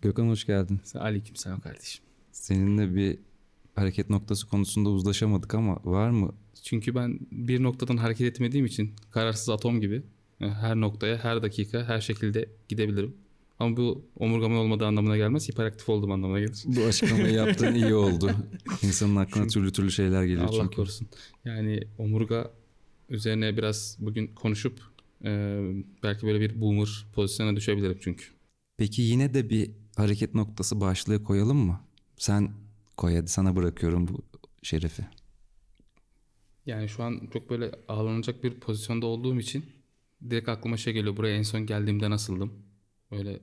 Gökhan hoş geldin. Aleykümselam kardeşim. Seninle bir hareket noktası konusunda uzlaşamadık ama var mı? Çünkü ben bir noktadan hareket etmediğim için kararsız atom gibi her noktaya, her dakika, her şekilde gidebilirim. Ama bu omurgamın olmadığı anlamına gelmez, hiperaktif olduğum anlamına gelir. Bu açıklamayı yaptığın iyi oldu. İnsanın aklına Çünkü türlü şeyler geliyor Allah çünkü. korusun. Yani omurga üzerine biraz bugün konuşup belki böyle bir boomer pozisyona düşebilirim çünkü. Peki yine de bir hareket noktası başlığı koyalım mı? Sen koy hadi, sana bırakıyorum bu şerefi. Yani şu an çok böyle ağlanacak bir pozisyonda olduğum için direkt aklıma şey geliyor. Buraya en son geldiğimde nasıldım? Böyle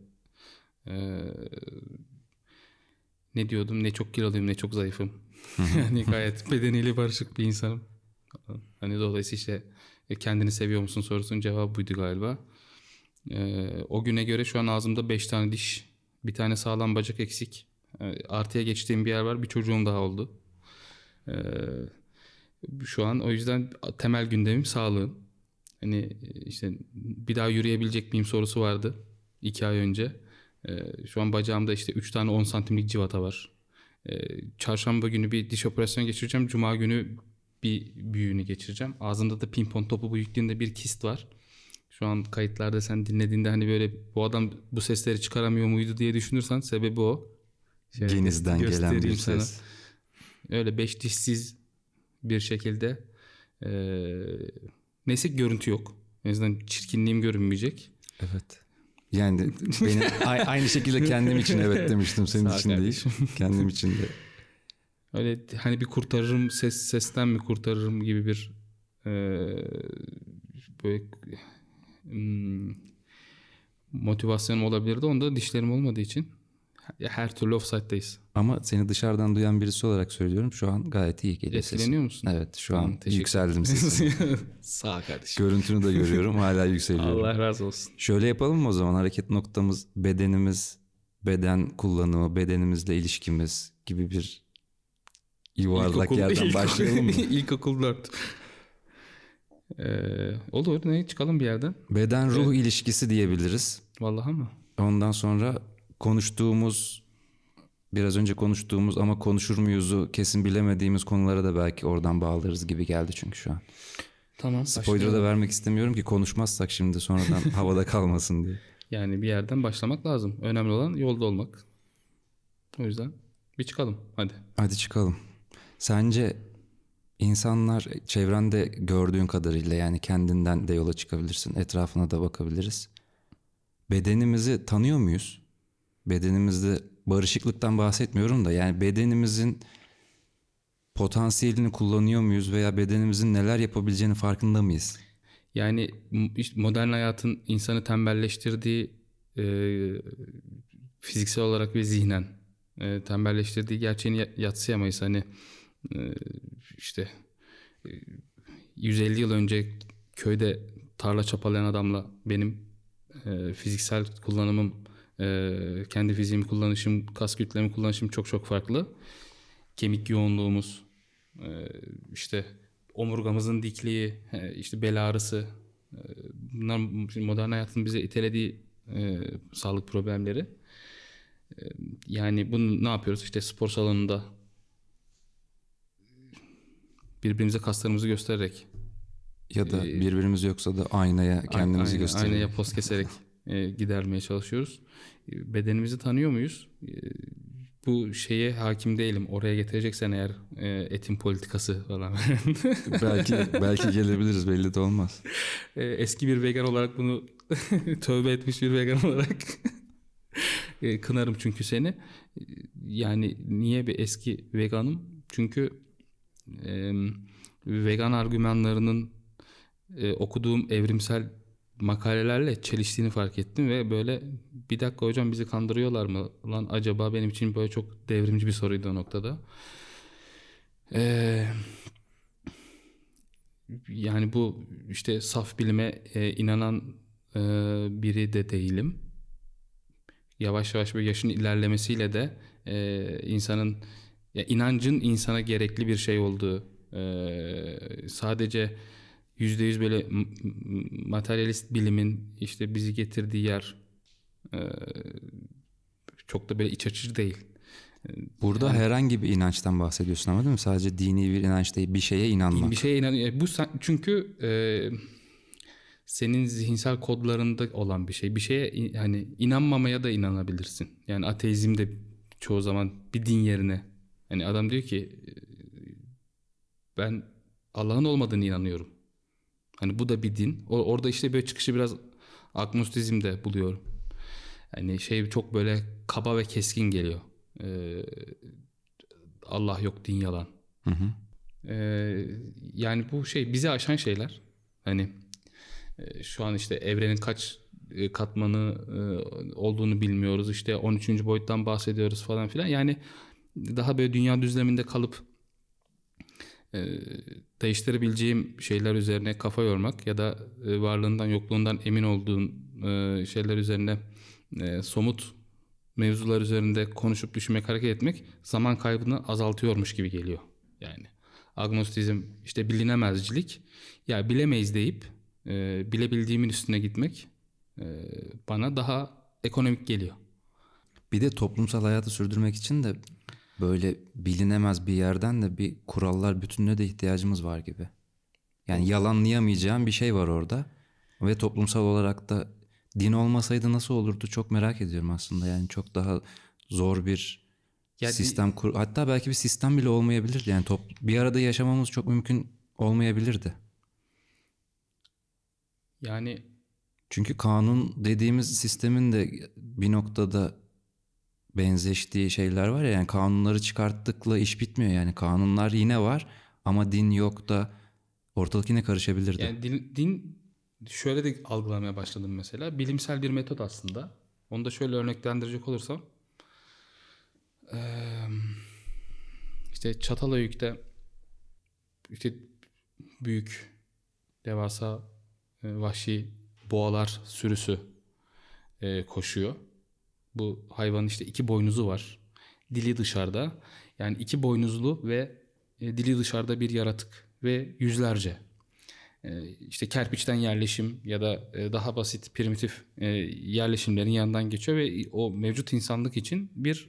ne diyordum? Ne çok kiloluyum ne çok zayıfım. Yani gayet bedeniyle barışık bir insanım. Hani dolayısıyla işte kendini seviyor musun sorusunun cevabı buydu galiba. O güne göre şu an ağzımda 5 tane diş, bir tane sağlam bacak eksik. Artıya geçtiğim bir yer var. Bir çocuğum daha oldu. Ee, Şu an o yüzden temel gündemim sağlığım. Hani işte bir daha yürüyebilecek miyim sorusu vardı 2 ay önce. Şu an bacağımda işte 3 tane 10 santimlik civata var. Çarşamba günü bir diş operasyonu geçireceğim. Cuma günü bir büyüğünü geçireceğim. Ağzımda da pimpon topu büyüklüğünde bir kist var. Şu an kayıtlarda sen dinlediğinde hani böyle bu adam bu sesleri çıkaramıyor muydu diye düşünürsen sebebi o. Genizden gelen bir Sana. ses. Öyle 5 dişsiz bir şekilde neyse görüntü yok. En azından çirkinliğim görünmeyecek. Evet. Yani benim aynı şekilde kendim için evet demiştim, senin Sağ için değil. Kendim için de. Öyle hani bir kurtarırım sesten mi kurtarırım gibi bir böyle motivasyonum olabilirdi. Onda dişlerim olmadığı için her türlü offside'dayız. Ama seni dışarıdan duyan birisi olarak söylüyorum. Şu an gayet iyi geliyor sesin. Etkileniyor musun? Evet, şu Tamam, an yükseldim sesin. Sağ ol kardeşim. Görüntünü de görüyorum, hala yükseliyorum. Allah razı olsun. Şöyle yapalım mı o zaman? Hareket noktamız bedenimiz, beden kullanımı, bedenimizle ilişkimiz gibi bir yuvarlak yerden başlayalım mı? İlkokul 4. Olur. Ne çıkalım bir yerden. Beden-ruh ilişkisi diyebiliriz. Vallahi mı? Ondan sonra biraz önce konuştuğumuz ama konuşur muyuzu kesin bilemediğimiz konulara da belki oradan bağlarız gibi geldi çünkü şu an. Tamam. Spoiler da vermek istemiyorum ki konuşmazsak şimdi sonradan havada kalmasın diye. Yani bir yerden başlamak lazım. Önemli olan yolda olmak. O yüzden bir çıkalım. Hadi. Hadi çıkalım. Sence insanlar, çevrende gördüğün kadarıyla, yani kendinden de yola çıkabilirsin, etrafına da bakabiliriz. Bedenimizi tanıyor muyuz? Bedenimizde barışıklıktan bahsetmiyorum da, yani bedenimizin potansiyelini kullanıyor muyuz veya bedenimizin neler yapabileceğini farkında mıyız? Yani işte modern hayatın insanı tembelleştirdiği fiziksel olarak ve zihnen tembelleştirdiği gerçeğini yadsıyamayız. Hani işte 150 yıl önce köyde tarla çapalayan adamla benim fiziksel kullanımım, kendi fiziğimi kullanışım, kas kütlemi kullanışım çok çok farklı. Kemik yoğunluğumuz, işte omurgamızın dikliği, işte bel ağrısı, bunlar modern hayatın bize itelediği sağlık problemleri. Yani bunu ne yapıyoruz? İşte spor salonunda birbirimize kaslarımızı göstererek Ya da birbirimiz yoksa da aynaya kendimizi göstererek. Aynaya poz keserek gidermeye çalışıyoruz. Bedenimizi tanıyor muyuz? Bu şeye hakim değilim. Oraya getireceksen eğer etin politikası falan. belki gelebiliriz, belli de olmaz. Eski bir vegan olarak bunu tövbe etmiş bir vegan olarak kınarım çünkü seni. Yani niye bir eski veganım? Çünkü vegan argümanlarının okuduğum evrimsel makalelerle çeliştiğini fark ettim ve böyle bir dakika hocam bizi kandırıyorlar mı lan acaba, benim için böyle çok devrimci bir soruydu o noktada. Yani bu işte saf bilime inanan biri de değilim. Yavaş yavaş böyle yaşın ilerlemesiyle de insanın, ya inancın insana gerekli bir şey olduğu, sadece %100 böyle materyalist bilimin işte bizi getirdiği yer Çok da böyle iç açıcı değil. Burada herhangi bir inançtan bahsediyorsun ama değil mi? Sadece dini bir inanç değil, bir şeye inanmak. Bir şeye inanıyor. Çünkü senin zihinsel kodlarında olan bir şey. Bir şeye hani inanmamaya da inanabilirsin. Yani ateizm de çoğu zaman bir din yerine. Hani adam diyor ki ben Allah'ın olmadığını inanıyorum. Hani bu da bir din. Orada işte böyle çıkışı biraz agnostizmde buluyorum. Yani şey çok böyle kaba ve keskin geliyor. Allah yok, din yalan. Hı hı. Yani bu şey bizi aşan şeyler. Hani şu an işte evrenin kaç katmanı olduğunu bilmiyoruz. İşte 13. boyuttan bahsediyoruz falan filan. Yani daha böyle dünya düzleminde kalıp değiştirebileceğim şeyler üzerine kafa yormak ya da varlığından yokluğundan emin olduğun şeyler üzerine somut mevzular üzerinde konuşup düşünmek, hareket etmek zaman kaybını azaltıyormuş gibi geliyor. Yani agnostizm, işte bilinemezcilik, ya bilemeyiz deyip bilebildiğimin üstüne gitmek bana daha ekonomik geliyor. Bir de toplumsal hayatı sürdürmek için de böyle bilinemez bir yerden de bir kurallar bütününe de ihtiyacımız var gibi. Yani yalanlayamayacağım bir şey var orada ve toplumsal olarak da din olmasaydı nasıl olurdu çok merak ediyorum aslında. Yani çok daha zor bir Yani, sistem hatta belki bir sistem bile olmayabilir. Yani bir arada yaşamamız çok mümkün olmayabilirdi. yani Çünkü kanun dediğimiz sistemin de bir noktada benzeştiği şeyler var ya, yani kanunları çıkarttıkla iş bitmiyor, yani kanunlar yine var ama din yok da ortalık yine karışabilirdi. yani din şöyle de algılamaya başladım mesela. Bilimsel bir metot aslında. Onu da şöyle örneklendirecek olursam. İşte Çatalhöyük'te işte büyük, devasa, vahşi boğalar sürüsü koşuyor. Bu hayvanın işte 2 boynuzu var. Dili dışarıda. Yani 2 boynuzlu ve dili dışarıda bir yaratık ve yüzlerce. İşte kerpiçten yerleşim ya da daha basit primitif yerleşimlerin yanından geçiyor ve o mevcut insanlık için bir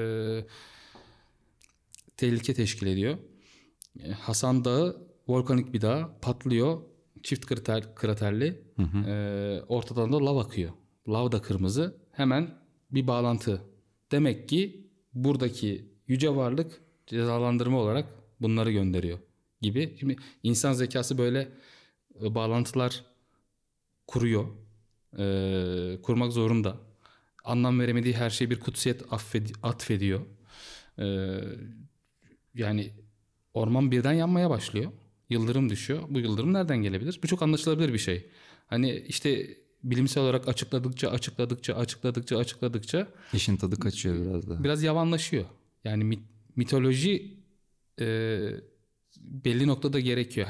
tehlike teşkil ediyor. Hasan Dağı volkanik bir dağ, patlıyor, çift kraterli, ortadan da lav akıyor. Lav da kırmızı, hemen bir bağlantı. Demek ki buradaki yüce varlık cezalandırma olarak bunları gönderiyor gibi. Şimdi insan zekası böyle bağlantılar kuruyor. Kurmak zorunda. Anlam veremediği her şeye bir kutsiyet atfediyor. Ee, Yani orman birden yanmaya başlıyor. Yıldırım düşüyor. Bu yıldırım nereden gelebilir? Bu çok anlaşılabilir bir şey. Hani işte bilimsel olarak açıkladıkça İşin tadı kaçıyor biraz da. biraz yavanlaşıyor. Yani mitoloji belli noktada gerekiyor.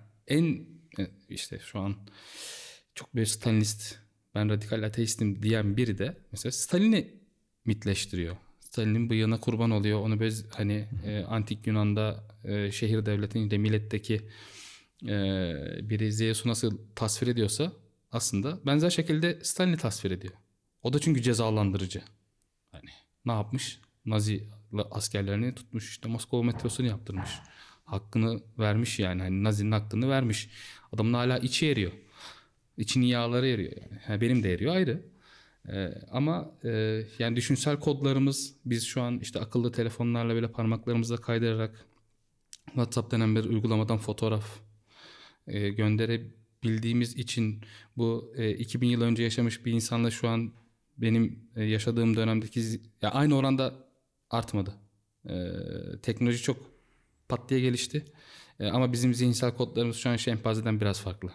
İşte şu an çok bir Stalinist, ben radikal ateistim diyen biri de mesela Stalin'i mitleştiriyor. Stalin'in bıyığına kurban oluyor. Onu böyle hani antik Yunan'da şehir devletinde milletteki biri Zeus'u nasıl tasvir ediyorsa aslında benzer şekilde Stalin'i tasvir ediyor. O da çünkü cezalandırıcı. Hani ne yapmış? Nazi askerlerini tutmuş, işte Moskova metrosunu yaptırmış. Hakkını vermiş yani. Hani Nazi'nin hakkını vermiş. Adamın hala içi eriyor. İçinin yağları eriyor yani. Ha, benim de eriyor ayrı. Ama yani düşünsel kodlarımız, biz şu an işte akıllı telefonlarla bile parmaklarımızla kaydırarak WhatsApp denen bir uygulamadan fotoğraf gönderebildiğimiz için bu 2000 yıl önce yaşamış bir insanla şu an benim yaşadığım dönemdeki ya aynı oranda artmadı. Teknoloji çok pat diye gelişti. Ama bizim zihinsel kodlarımız şu an şempanzeden biraz farklı.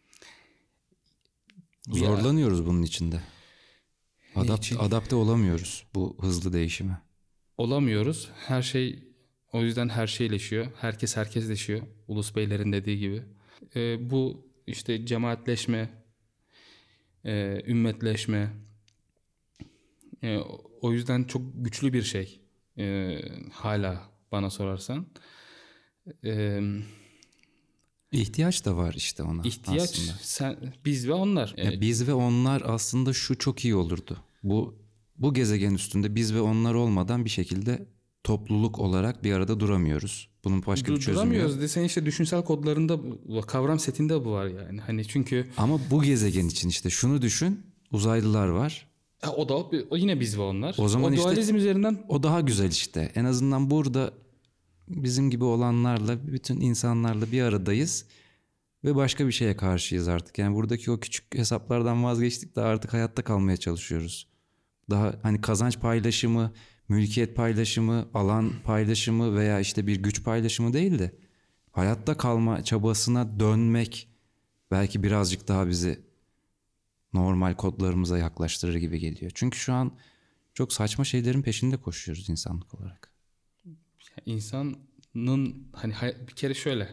Zorlanıyoruz bunun içinde. Adapte olamıyoruz bu hızlı değişime. Olamıyoruz. Her şey, o yüzden her şeyleşiyor. Herkes herkesleşiyor. Ulus Beylerin dediği gibi. Bu işte cemaatleşme, ümmetleşme, o yüzden çok güçlü bir şey. Hala bana sorarsan. İhtiyaç da var işte ona İhtiyaç aslında. biz ve onlar. Ya biz ve onlar aslında şu çok iyi olurdu. Bu bu gezegen üstünde biz ve onlar olmadan bir şekilde topluluk olarak bir arada duramıyoruz. Bunun başka bir çözümü yok. Duramıyoruz desen işte düşünsel kodlarında, kavram setinde bu var yani. Hani çünkü Ama bu gezegen için işte şunu düşün. Uzaylılar var. o da o yine biz ve onlar. O zaman o işte dualizm üzerinden o daha güzel işte. En azından burada bizim gibi olanlarla, bütün insanlarla bir aradayız ve başka bir şeye karşıyız artık. Yani buradaki o küçük hesaplardan vazgeçtik de artık hayatta kalmaya çalışıyoruz. Daha hani kazanç paylaşımı, mülkiyet paylaşımı, alan paylaşımı veya işte bir güç paylaşımı değil de hayatta kalma çabasına dönmek belki birazcık daha bizi normal kodlarımıza yaklaştırır gibi geliyor. Çünkü şu an çok saçma şeylerin peşinde koşuyoruz insanlık olarak. insanın hani bir kere şöyle,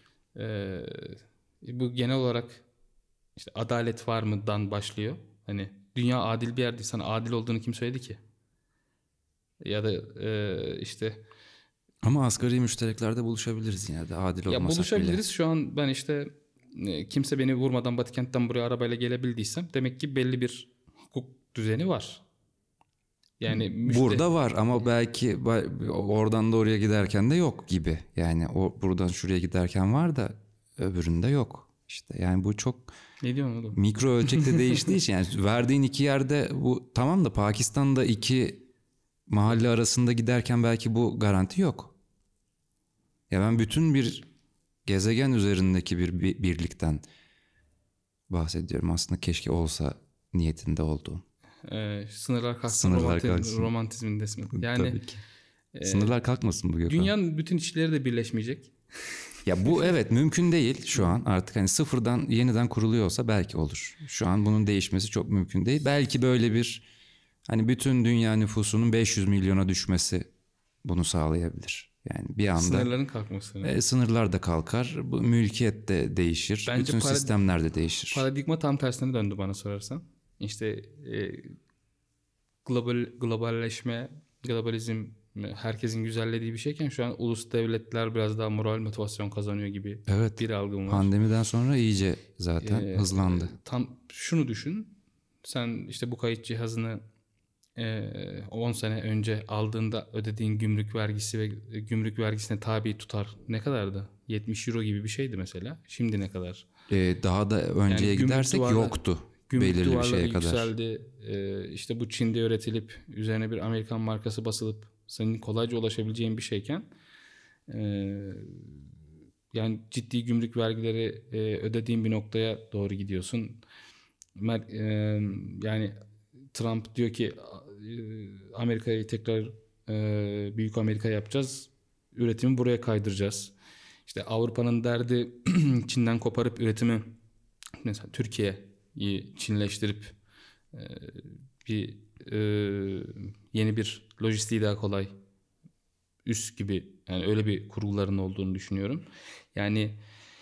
bu genel olarak işte adalet var mıdan başlıyor. Hani dünya adil bir yer değil. Sana adil olduğunu kim söyledi ki? Ya da işte Ama asgari müştereklerde buluşabiliriz yine de adil ya olmasak buluşabiliriz. bile. Şu an ben işte kimse beni vurmadan Batıkent'ten buraya arabayla gelebildiysem demek ki belli bir hukuk düzeni var. Yani Burada var ama belki oradan da oraya giderken de yok gibi. Yani o buradan şuraya giderken var da öbüründe yok. İşte yani bu çok ne diyorsun oğlum? mikro ölçekte değiştiği için yani verdiğin iki yerde bu tamam da Pakistan'da iki mahalle arasında giderken belki bu garanti yok. Ya ben bütün bir gezegen üzerindeki bir birlikten bahsediyorum. Aslında keşke olsa niyetinde olduğum. Sınırlar kalksın, Sınırlar kalksın. romantizmin resmi. Yani Tabii ki. Sınırlar kalkmasın bu Gökhan. dünyanın bütün içleri de birleşmeyecek. Ya bu evet mümkün değil şu an. Artık hani sıfırdan yeniden kuruluyor olsa belki olur. Şu an bunun değişmesi çok mümkün değil. Belki böyle bir hani bütün dünya nüfusunun 500 milyona düşmesi bunu sağlayabilir. Yani bir anda Sınırların kalkması. sınırlar da kalkar. Bu mülkiyet de değişir. Bence bütün sistemler de değişir. Paradigma tam tersine döndü bana sorarsan. İşte globalleşme, globalizm herkesin güzellediği bir şeyken şu an ulus devletler biraz daha moral motivasyon kazanıyor gibi Evet. bir algım var. Pandemiden sonra iyice zaten hızlandı. Tam şunu düşün. Sen işte bu kayıt cihazını 10 sene önce aldığında ödediğin gümrük vergisi ve gümrük vergisine tabi tutar ne kadardı? 70 euro gibi bir şeydi mesela. Şimdi ne kadar? Daha da önceye Yani gidersek yoktu gümrük belirli bir duvarları şeye kadar. yükseldi. İşte bu Çin'de üretilip üzerine bir Amerikan markası basılıp senin kolayca ulaşabileceğin bir şeyken yani ciddi gümrük vergileri ödediğin bir noktaya doğru gidiyorsun. Yani Trump diyor ki Amerika'yı tekrar büyük Amerika yapacağız. Üretimi buraya kaydıracağız. İşte Avrupa'nın derdi Çin'den koparıp üretimi mesela Türkiye'yi Çinleştirip bir yeni bir lojistiği daha kolay üst gibi yani öyle bir kurguların olduğunu düşünüyorum. Yani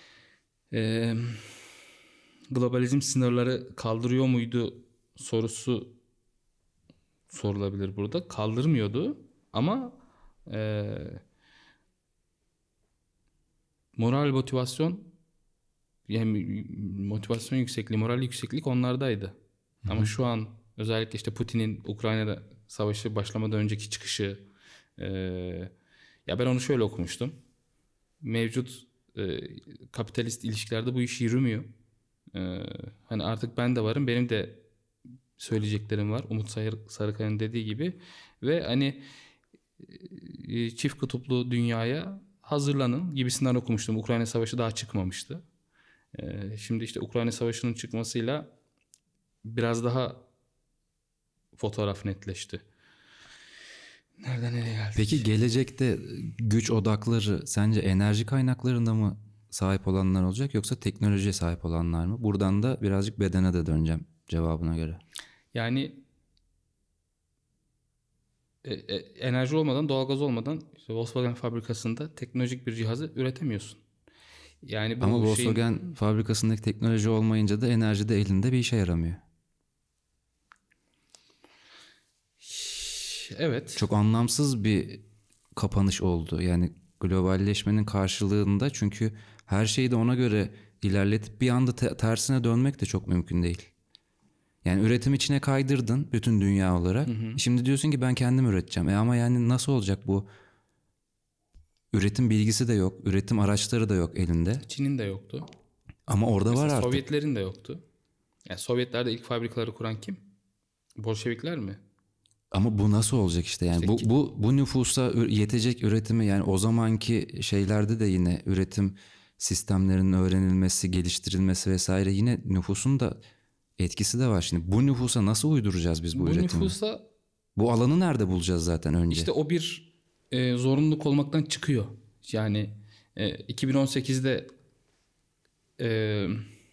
globalizm sınırları kaldırıyor muydu sorusu sorulabilir burada. Kaldırmıyordu ama moral motivasyon yani motivasyon yüksekliği, moral yükseklik onlardaydı. Hı-hı. Ama şu an özellikle işte Putin'in Ukrayna'da savaşı başlamadan önceki çıkışı ya ben onu şöyle okumuştum. Mevcut kapitalist ilişkilerde bu iş yürümüyor. Hani artık ben de varım. Benim de söyleyeceklerim var. Umut Sarıkaya'nın dediği gibi ve hani çift kutuplu dünyaya hazırlanın gibisinden okumuştum. Ukrayna Savaşı daha çıkmamıştı. Şimdi işte Ukrayna Savaşı'nın çıkmasıyla biraz daha fotoğraf netleşti. Nereden nereye geldik? Peki gelecekte güç odakları sence enerji kaynaklarında mı sahip olanlar olacak yoksa teknolojiye sahip olanlar mı? Buradan da birazcık bedene de döneceğim cevabına göre. Yani enerji olmadan, doğalgaz olmadan işte Volkswagen fabrikasında teknolojik bir cihazı üretemiyorsun. Yani bu ama Volkswagen fabrikasındaki teknoloji olmayınca da enerji de elinde bir işe yaramıyor. Evet. Çok anlamsız bir kapanış oldu. Yani globalleşmenin karşılığında çünkü her şeyi de ona göre ilerletip bir anda tersine dönmek de çok mümkün değil. Yani üretim içine kaydırdın bütün dünya olarak. Şimdi diyorsun ki ben kendim üreteceğim. Ama yani nasıl olacak bu? Üretim bilgisi de yok. Üretim araçları da yok elinde. Çin'in de yoktu. Ama orada Mesela var artık. Sovyetlerin de yoktu. Yani Sovyetlerde ilk fabrikaları kuran kim? Bolşevikler mi? Ama bu nasıl olacak işte yani İşte bu nüfusa yetecek üretimi, yani o zamanki şeylerde de yine üretim sistemlerinin öğrenilmesi, geliştirilmesi vesaire, yine nüfusun da etkisi de var. Şimdi bu nüfusa nasıl uyduracağız biz bu bu üretimi? nüfusa Bu alanı nerede bulacağız zaten önce? işte o bir zorunluluk olmaktan çıkıyor. Yani 2018'de e,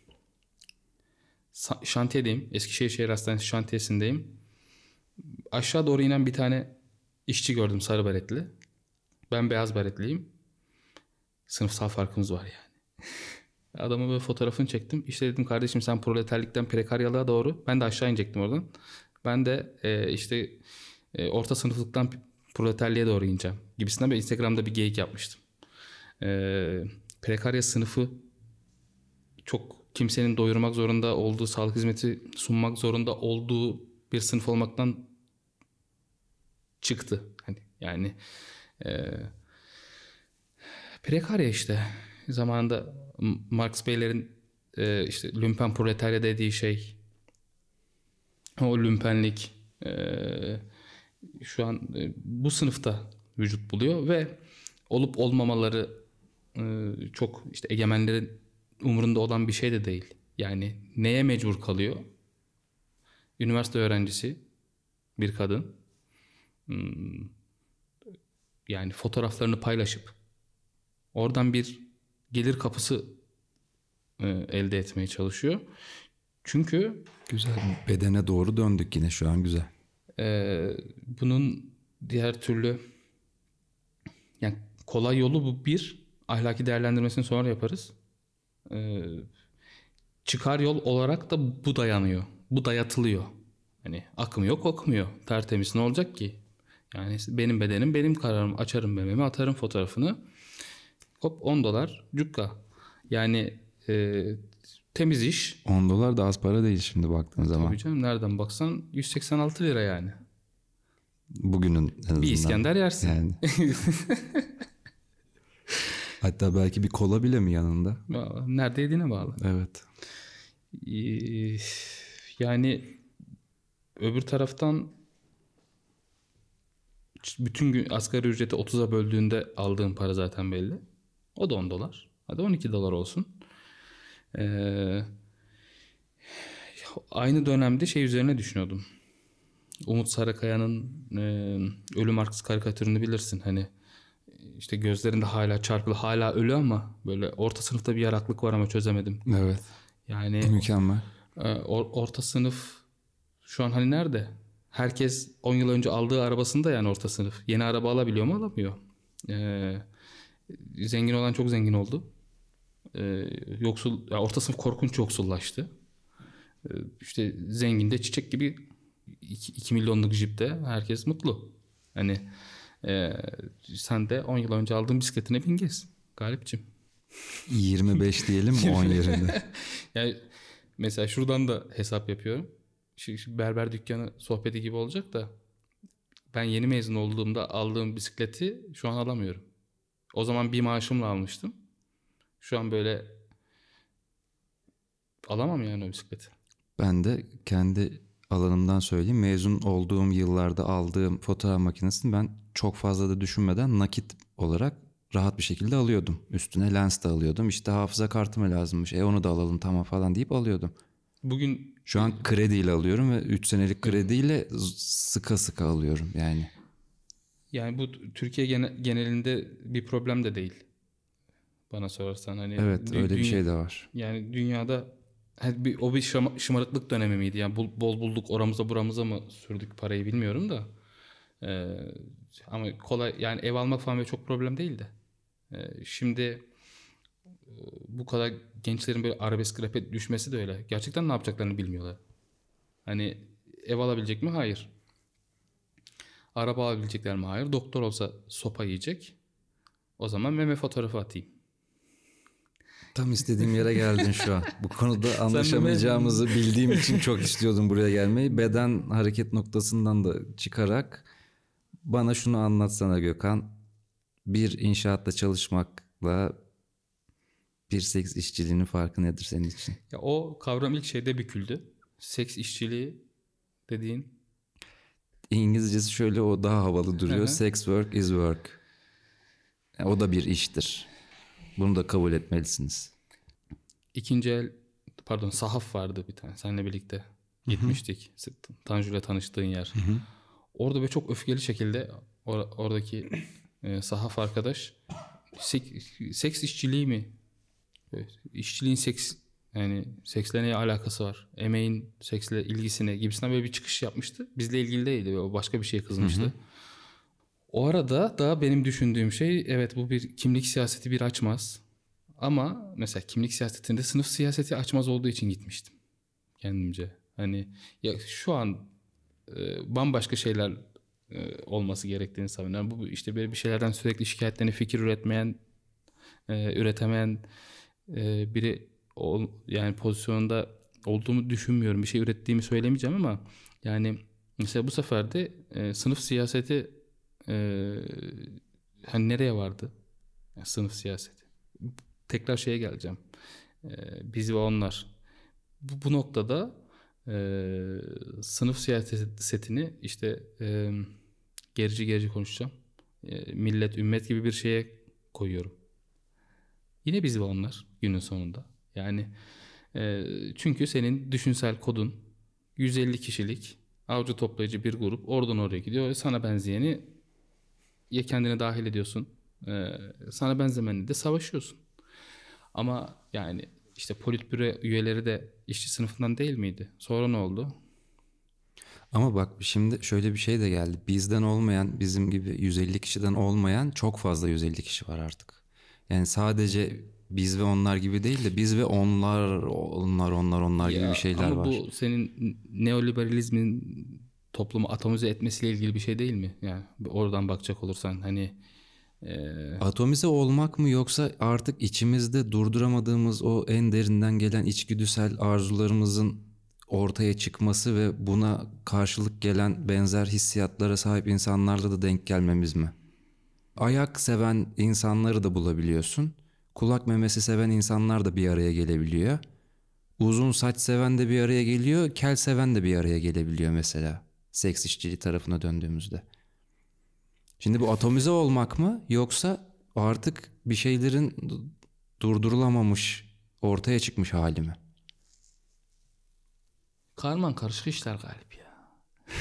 şantiyedeyim. Eskişehir Şehir Hastanesi şantiyesindeyim. Aşağı doğru inen bir tane işçi gördüm, sarı beretli. Ben beyaz beretliyim. Sınıfsal farkımız var yani. Adamın böyle fotoğrafını çektim. İşte dedim kardeşim sen proleterlikten prekaryalığa doğru. Ben de aşağı inecektim oradan. Ben de orta sınıflıktan proleterliğe doğru ineceğim gibisinden bir Instagram'da bir geyik yapmıştım. Prekarya sınıfı çok kimsenin doyurmak zorunda olduğu, sağlık hizmeti sunmak zorunda olduğu bir sınıf olmaktan çıktı. Hani yani prekarya işte. Zamanında Marx Beylerin işte lümpen proletarya dediği şey, o lümpenlik şu an bu sınıfta vücut buluyor ve olup olmamaları çok işte egemenlerin umurunda olan bir şey de değil. Yani neye mecbur kalıyor? Üniversite öğrencisi bir kadın yani fotoğraflarını paylaşıp oradan bir gelir kapısı elde etmeye çalışıyor. Çünkü Güzel. Bedene doğru döndük yine şu an, güzel. bunun diğer türlü yani kolay yolu bu bir. Ahlaki değerlendirmesini sonra yaparız. Çıkar yol olarak da bu dayanıyor. Bu dayatılıyor. Hani akım yok okmuyor. Tertemiz ne olacak ki? Yani benim bedenim benim kararım. Açarım mememi atarım fotoğrafını. Hop $10 cukka. Yani temiz iş. $10 da az para değil şimdi baktığın zaman. Tabii canım nereden baksan 186 lira yani. Bugünün en azından. Bir İskender yersin. Yani. Hatta belki bir kola bile mi yanında? Nerede yediğine bağlı. Evet. Yani öbür taraftan bütün gün asgari ücreti 30'a böldüğünde aldığın para zaten belli. O da $10. Hadi $12 olsun. Aynı dönemde şey üzerine düşünüyordum. Umut Sarıkaya'nın Ölü Marks karikatürünü bilirsin. Hani işte gözlerinde hala çarpılı, hala ölü ama böyle orta sınıfta bir yaraklık var ama çözemedim. Evet. Yani Mükemmel. orta sınıf şu an hani nerede? Herkes 10 yıl önce aldığı arabasında yani orta sınıf. Yeni araba alabiliyor mu? Alamıyor. Zengin olan çok zengin oldu. Yoksul, ya orta sınıf korkunç yoksullaştı. İşte zengin de çiçek gibi 2 milyonluk jipte herkes mutlu. Hani sen de 10 yıl önce aldığın bisikletine bin gez Galipciğim. 25 diyelim mi 10 yerinde? Yani mesela şuradan da hesap yapıyorum. Şu berber dükkanı sohbeti gibi olacak da ben yeni mezun olduğumda aldığım bisikleti şu an alamıyorum. O zaman bir maaşımla almıştım. Şu an böyle alamam yani o bisikleti. Ben de kendi alanımdan söyleyeyim. Mezun olduğum yıllarda aldığım fotoğraf makinesini ben çok fazla da düşünmeden nakit olarak rahat bir şekilde alıyordum. Üstüne lens de alıyordum. İşte hafıza kartı mı lazımmış? Onu da alalım tamam falan deyip alıyordum. Bugün Şu an krediyle alıyorum ve 3 senelik krediyle sıka sıka alıyorum yani. yani bu Türkiye genelinde bir problem de değil. Bana sorarsan hani Evet öyle bir şey de var. Yani dünyada o bir şımarıklık dönemi miydi? Yani bol bulduk oramıza buramıza mı sürdük parayı bilmiyorum da. Ama kolay yani ev almak falan böyle çok problem değildi. Şimdi bu kadar gençlerin böyle arabesk rap'e düşmesi de öyle. Gerçekten ne yapacaklarını bilmiyorlar. Hani ev alabilecek mi? Hayır. Araba alabilecekler mi? Hayır. Doktor olsa sopa yiyecek. O zaman meme fotoğrafı atayım. Tam istediğim yere geldin şu an. Bu konuda anlaşamayacağımızı bildiğim için çok istiyordum buraya gelmeyi. Beden hareket noktasından da çıkarak bana şunu anlatsana Gökhan. Bir inşaatta çalışmakla bir seks işçiliğinin farkı nedir senin için? Ya o kavram ilk şeyde büküldü. Seks işçiliği dediğin. İngilizcesi şöyle, o daha havalı duruyor. Hı hı. Sex work is work. Yani o da bir iştir. Bunu da kabul etmelisiniz. İkinci el, pardon, sahaf vardı bir tane. Seninle birlikte gitmiştik. Tanju'yla tanıştığın yer. Orada böyle çok öfkeli şekilde oradaki sahaf arkadaş seks işçiliği mi? İşçiliğin yani seksle ne alakası var? Emeğin seksle ilgisine gibisinden böyle bir çıkış yapmıştı. Bizle ilgili değildi. O başka bir şeye kızmıştı. O arada da benim düşündüğüm şey, evet bu bir kimlik siyaseti bir açmaz. Ama mesela kimlik siyasetinde sınıf siyaseti açmaz olduğu için gitmiştim kendimce. Hani ya şu an bambaşka şeyler olması gerektiğini savunuyorum. Bu işte böyle bir şeylerden sürekli şikayetlerini fikir üretemeyen biri yani pozisyonda olduğumu düşünmüyorum. Bir şey ürettiğimi söylemeyeceğim ama yani mesela bu sefer de sınıf siyaseti hani nereye vardı? Yani sınıf siyaseti. Tekrar şeye geleceğim. Biz ve onlar. Bu noktada sınıf siyasetini işte gerici konuşacağım. Millet, ümmet gibi bir şeye koyuyorum. Yine biz ve onlar günün sonunda. Yani çünkü senin düşünsel kodun 150 kişilik avcı toplayıcı bir grup oradan oraya gidiyor. Sana benzeyeni ya kendine dahil ediyorsun. Sana benzemenle de savaşıyorsun. Ama yani işte politbüro üyeleri de işçi sınıfından değil miydi? Sonra ne oldu? Ama bak şimdi şöyle bir şey de geldi. Bizden olmayan, bizim gibi 150 kişiden olmayan çok fazla 150 kişi var artık. Yani sadece biz ve onlar gibi değil de biz ve onlar gibi bir Ya şeyler ama var. bu senin neoliberalizmin toplumu atomize etmesiyle ilgili bir şey değil mi? Yani oradan bakacak olursan hani Atomize olmak mı, yoksa artık içimizde durduramadığımız o en derinden gelen içgüdüsel arzularımızın ortaya çıkması ve buna karşılık gelen benzer hissiyatlara sahip insanlarla da denk gelmemiz mi? Ayak seven insanları da bulabiliyorsun. Kulak memesi seven insanlar da bir araya gelebiliyor. Uzun saç seven de bir araya geliyor. Kel seven de bir araya gelebiliyor mesela. Seks işçiliği tarafına döndüğümüzde. Şimdi bu atomize olmak mı, yoksa artık bir şeylerin durdurulamamış, ortaya çıkmış hali mi? karman karışık işler galiba ya.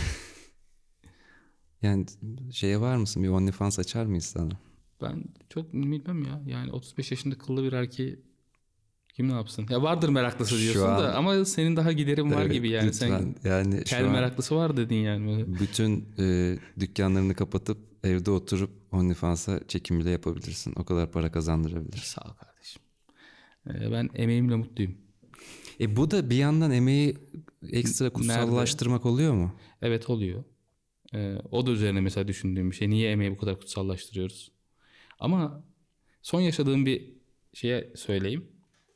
Yani şeye var mısın? Bir OnlyFans açar mıyız sana? Ben çok bilmem ya. Yani 35 yaşında kıllı bir erkeği kim ne yapsın? Ya vardır meraklısı Şu diyorsun da an ama senin daha giderin var evet, gibi yani. lütfen. Sen Yani kel şu an meraklısı var dedin yani. bütün dükkanlarını kapatıp evde oturup OnlyFans'a çekim bile yapabilirsin. O kadar para kazandırabilirsin. Sağ ol kardeşim. Ben emeğimle mutluyum. Bu da bir yandan emeği ekstra Nerede? kutsallaştırmak oluyor mu? Evet oluyor. O da üzerine mesela düşündüğüm bir şey. Niye emeği bu kadar kutsallaştırıyoruz? Ama son yaşadığım bir şeye söyleyeyim.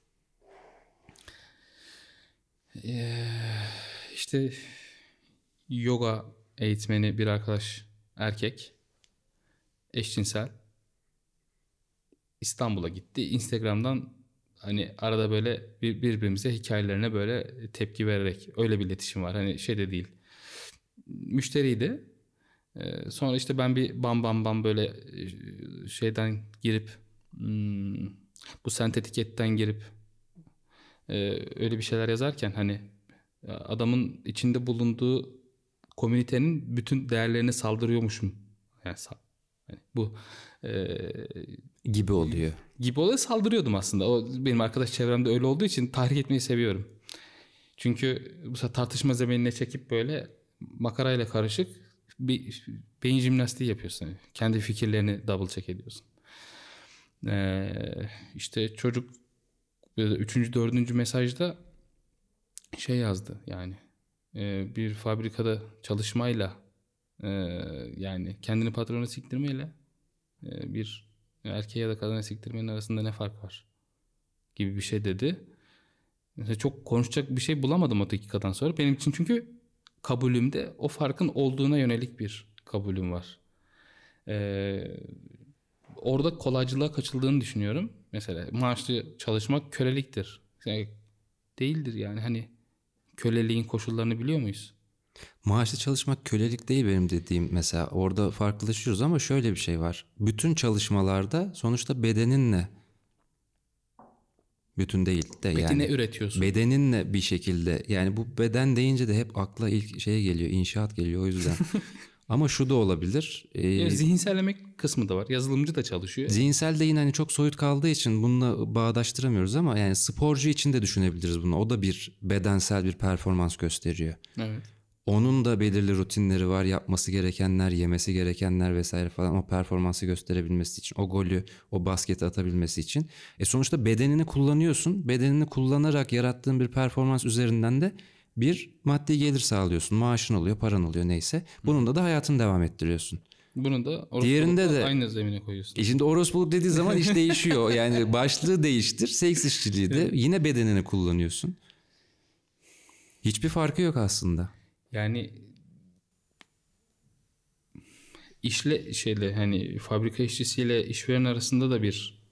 Ee, işte yoga eğitmeni bir arkadaş, erkek, eşcinsel, İstanbul'a gitti. Instagram'dan hani arada böyle birbirimize hikayelerine böyle tepki vererek öyle bir iletişim var. Hani şey de değil. Müşteriydi. Sonra işte ben bir bam böyle şeyden girip bu sentetiketten girip öyle bir şeyler yazarken hani adamın içinde bulunduğu komünitenin bütün değerlerine saldırıyormuşum. Yani hani bu e, Gibi oluyor. gibi olaya saldırıyordum aslında. O benim arkadaş çevremde öyle olduğu için tahrik etmeyi seviyorum. Çünkü bu sefer tartışma zeminine çekip böyle makarayla karışık bir beyin jimnastiği yapıyorsun. Yani kendi fikirlerini double check ediyorsun. İşte çocuk üçüncü, dördüncü mesajda şey yazdı yani bir fabrikada çalışmayla yani kendini patrona siktirmeyle bir erkeğe ya da kadına siktirmenin arasında ne fark var gibi bir şey dedi. Mesela çok konuşacak bir şey bulamadım o dakikadan sonra. Benim için çünkü kabulümde o farkın olduğuna yönelik bir kabulüm var. Orada kolaycılığa kaçıldığını düşünüyorum. Mesela maaşlı çalışmak köleliktir. Yani değildir yani, hani köleliğin koşullarını biliyor muyuz? Maaşlı çalışmak kölelik değil benim dediğim, mesela orada farklılaşıyoruz ama şöyle bir şey var. Bütün çalışmalarda sonuçta bedeninle, bütün değil de Peki yani ne üretiyorsun? bedeninle bir şekilde, yani bu beden deyince de hep akla ilk şey geliyor, inşaat geliyor o yüzden. Ama şu da olabilir. Ya zihinsellemek kısmı da var. Yazılımcı da çalışıyor. Zihinsel de yine hani çok soyut kaldığı için bununla bağdaştıramıyoruz ama yani sporcu için de düşünebiliriz bunu. O da bir bedensel bir performans gösteriyor. Evet. Onun da belirli rutinleri var, yapması gerekenler, yemesi gerekenler vesaire falan, o performansı gösterebilmesi için, o golü, o basketi atabilmesi için. Sonuçta bedenini kullanıyorsun. Bedenini kullanarak yarattığın bir performans üzerinden de bir maddi gelir sağlıyorsun. Maaşın oluyor, paran oluyor neyse. Bununla da hayatını devam ettiriyorsun. Bunu da Diğerinde de aynı zemine koyuyorsun. şimdi orospuluk dediği zaman iş değişiyor. Yani başlığı değiştir. Seks işçiliği de yine bedenini kullanıyorsun. Hiçbir farkı yok aslında. Yani hani fabrika işçisiyle işveren arasında da bir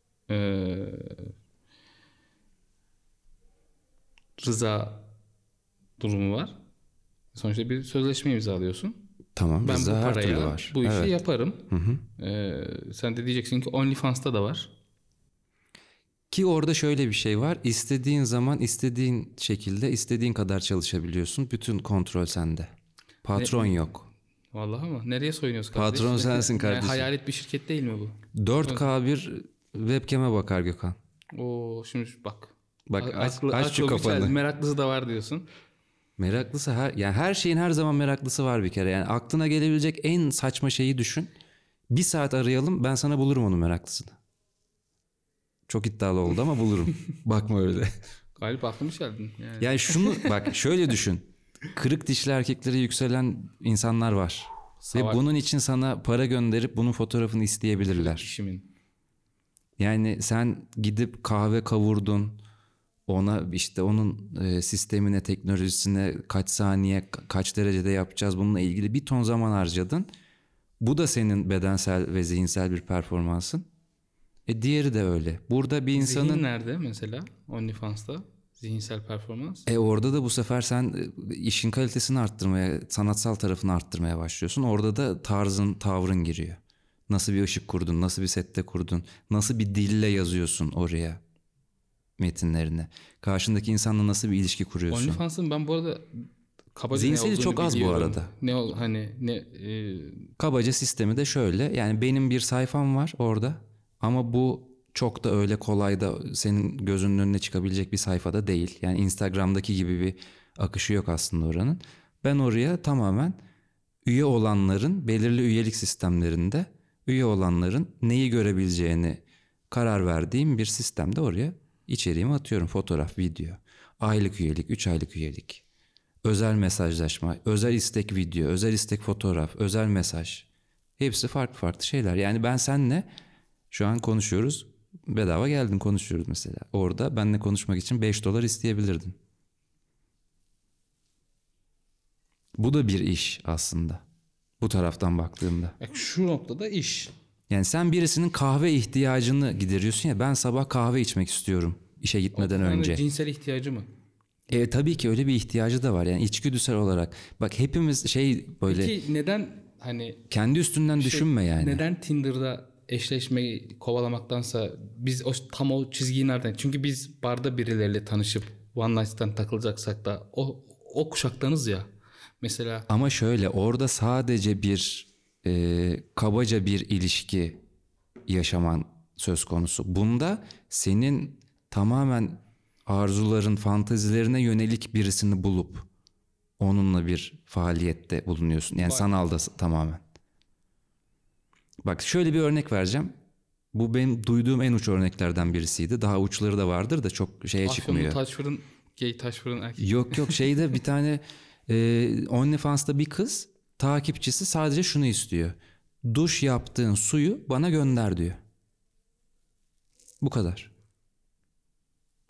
rıza durumu var. Sonuçta bir sözleşme imzalıyorsun. Tamam, Ben bu rıza her türlü paraya var. bu işi Evet. yaparım. Sen de diyeceksin ki OnlyFans'ta da var. Ki orada şöyle bir şey var. İstediğin zaman, istediğin şekilde, istediğin kadar çalışabiliyorsun. Bütün kontrol sende. Patron yok. Vallahi ama nereye soyunuyoruz kardeş? Patron sensin Yani kardeşim. hayalet bir şirket değil mi bu? 4K bir webcam'e bakar Gökhan. Oo, şimdi bak. Bak aç şu çok kafanı. güzel. Meraklısı da var diyorsun. Meraklısı yani her şeyin her zaman meraklısı var bir kere. Yani aklına gelebilecek en saçma şeyi düşün. Bir saat arayalım, ben sana bulurum onun meraklısını. Çok iddialı oldu ama bulurum. Bakma öyle. Galiba aklımı çeldin. Yani. Yani şunu bak, şöyle düşün. Kırık dişli erkeklere yükselen insanlar var. Ve bunun için sana para gönderip bunun fotoğrafını isteyebilirler. Kişimin. Yani sen gidip kahve kavurdun. Ona işte onun sistemine, teknolojisine kaç saniye, kaç derecede yapacağız, bununla ilgili bir ton zaman harcadın. Bu da senin bedensel ve zihinsel bir performansın. Diğeri de öyle. Burada bir insanın... Zihin nerede mesela OnlyFans'ta? Zihinsel performans. Orada da bu sefer sen işin kalitesini arttırmaya, sanatsal tarafını arttırmaya başlıyorsun. Orada da tarzın, tavrın giriyor. Nasıl bir ışık kurdun, nasıl bir sette kurdun, nasıl bir dille yazıyorsun oraya metinlerini. Karşındaki insanla nasıl bir ilişki kuruyorsun. OnlyFans'ın ben bu arada kabaca zihinseli ne olduğunu çok az biliyorum. bu arada. Kabaca sistemi de şöyle. Yani benim bir sayfam var orada ama bu çok da öyle kolay da senin gözünün önüne çıkabilecek bir sayfada değil. Yani Instagram'daki gibi bir akışı yok aslında oranın. Ben oraya tamamen üye olanların belirli üyelik sistemlerinde üye olanların neyi görebileceğini karar verdiğim bir sistemde oraya içeriğimi atıyorum. Fotoğraf, video, aylık üyelik, 3 aylık üyelik, özel mesajlaşma, özel istek video, özel istek fotoğraf, özel mesaj. Hepsi farklı farklı şeyler. Yani ben seninle şu an konuşuyoruz. Bedava geldin, konuşuyoruz mesela. Orada benimle konuşmak için $5 isteyebilirdin. Bu da bir iş aslında. Bu taraftan baktığımda. Şu noktada iş. Yani sen birisinin kahve ihtiyacını gideriyorsun ya, ben sabah kahve içmek istiyorum işe gitmeden önce. Cinsel ihtiyacı mı? Tabii ki öyle bir ihtiyacı da var yani içgüdüsel olarak. Bak hepimiz böyle... Peki neden kendi üstünden düşünme yani. Neden Tinder'da eşleşmeyi kovalamaktansa biz tam o çizgiyi nereden? Çünkü biz barda birileriyle tanışıp one night stand takılacaksak da o kuşaktanız ya. Mesela ama şöyle, orada sadece bir kabaca bir ilişki yaşaman söz konusu. Bunda senin tamamen arzuların, fantezilerine yönelik birisini bulup onunla bir faaliyette bulunuyorsun. Yani sanalda tamamen. Bak şöyle bir örnek vereceğim. Bu benim duyduğum en uç örneklerden birisiydi. Daha uçları da vardır da çok şeye çıkmıyor. Afyonlu taş fırın erkek. Yok şeyde bir tane OnlyFans'ta bir kız takipçisi sadece şunu istiyor. Duş yaptığın suyu bana gönder diyor. Bu kadar.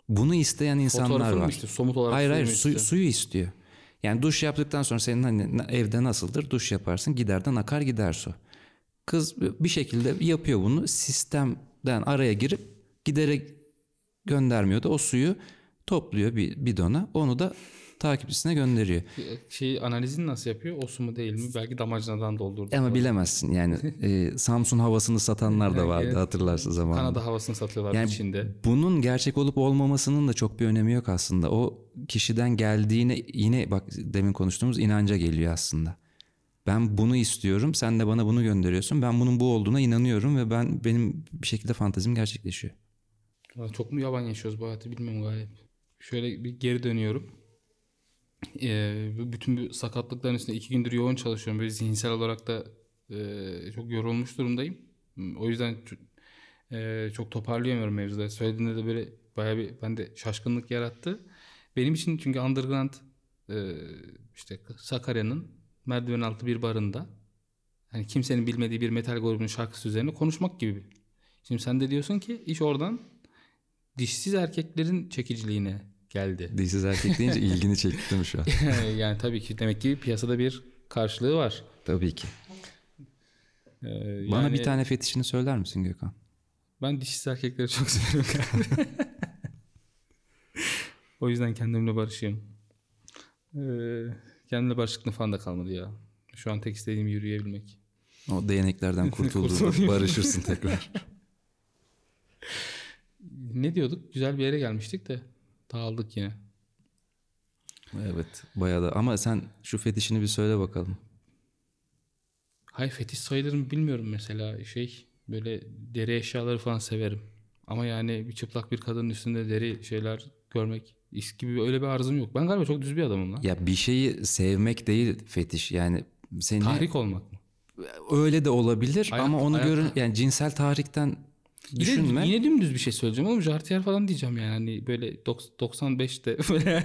Bunu isteyen insanlar Fotoğrafını mı var. istiyor? Somut olarak Hayır suyu hayır mu istiyor? suyu istiyor. Yani duş yaptıktan sonra senin hani evde nasıldır? Duş yaparsın, giderden akar gider su. Kız bir şekilde yapıyor bunu. Sistemden araya girip giderek göndermiyor da o suyu topluyor bir bidona. Onu da takipçisine gönderiyor. Analizini nasıl yapıyor? O su mu değil mi? Belki damacanadan doldurdu. Ama bilemezsin yani Samsun havasını satanlar da vardı, Evet. hatırlarsın zamanında. Kanada havasını satıyorlar Yani içinde. bunun gerçek olup olmamasının da çok bir önemi yok aslında. O kişiden geldiğine, yine bak demin konuştuğumuz inanca geliyor aslında. Ben bunu istiyorum, sen de bana bunu gönderiyorsun. Ben bunun bu olduğuna inanıyorum ve benim bir şekilde fantezim gerçekleşiyor. Çok mu yaban yaşıyoruz bu hayatı bilmiyorum galiba. Şöyle bir geri dönüyorum. Bütün bu sakatlıkların üstünde 2 gündür yoğun çalışıyorum. Böyle zihinsel olarak da çok yorulmuş durumdayım. O yüzden çok toparlayamıyorum mevzuları. Söylediğinde de böyle bayağı bir bende şaşkınlık yarattı. Benim için çünkü underground işte Sakarya'nın merdiven altı bir barında hani kimsenin bilmediği bir metal grubunun şarkısı üzerine konuşmak gibi. Şimdi sen de diyorsun ki iş oradan dişsiz erkeklerin çekiciliğine geldi. Dişsiz erkek deyince ilgini çekti değil mi şu an? Yani tabii ki demek ki piyasada bir karşılığı var. Tabii ki. Bana Yani bir tane fetişini söyler misin Gökhan? ben dişsiz erkekleri çok seviyorum. O yüzden kendimle barışıyorum. Kendimle barışıklık falan da kalmadı ya. Şu an tek istediğim yürüyebilmek. O değneklerden kurtulduğunda barışırsın tekrar. Ne diyorduk? Güzel bir yere gelmiştik de dağıldık yine. Evet bayağı da, ama sen şu fetişini bir söyle bakalım. Hayır, fetiş sayılır mı bilmiyorum mesela. Böyle deri eşyaları falan severim. Ama yani bir çıplak bir kadının üstünde deri şeyler görmek gibi öyle bir arzum yok. Ben galiba çok düz bir adamım lan. Ya bir şeyi sevmek değil fetiş, yani seni Tahrik olmak mı? öyle de olabilir ama onu ayakta. görün, yani cinsel tahrikten düşünme. Yine dümdüz bir şey söyleyeceğim oğlum. Jartiyer falan diyeceğim yani. Hani böyle 95'te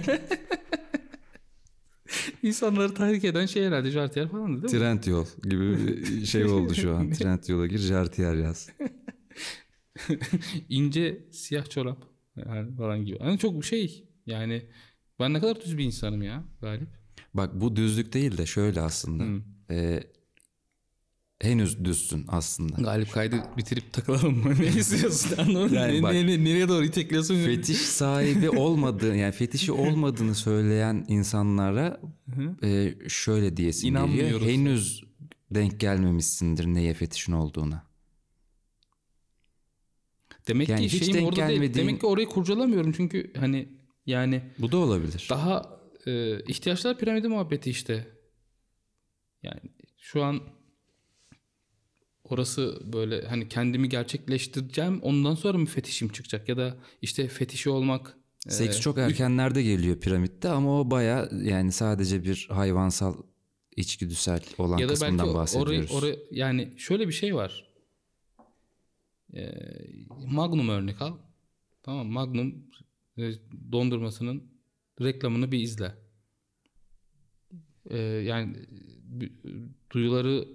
insanları tahrik eden şey herhalde jartiyer falan değil mi? Trend yol gibi bir şey oldu şu an. Trend yola gir, jartiyer yaz. İnce siyah çorap yani falan gibi. Hani çok yani ben ne kadar düz bir insanım ya Galip. Bak bu düzlük değil de şöyle aslında. Henüz düzsün aslında. Galip kaydı bitirip takılalım mı? Ne istiyorsun? Anladın Yani mı? bak, Nereye doğru itekliyorsun? Fetiş sahibi olmadığı, yani fetişi olmadığını söyleyen insanlara şöyle diyesin geliyor. İnanmıyoruz. Henüz denk gelmemişsindir neye fetişin olduğuna. Demek Yani ki hiç şeyim denk orada değil. gelmediğin- Demek ki orayı kurcalamıyorum çünkü hani yani Bu da olabilir. daha ihtiyaçlar piramidi muhabbeti işte. Yani şu an orası böyle hani kendimi gerçekleştireceğim, ondan sonra mı fetişim çıkacak ya da işte fetişi olmak. Seks çok erkenlerde geliyor piramitte ama o baya, yani sadece bir hayvansal içgüdüsel olan Ya da belki kısmından bahsediyoruz. yani şöyle bir şey var. Magnum örnek al. Tamam, Magnum dondurmasının reklamını bir izle. Yani duyuları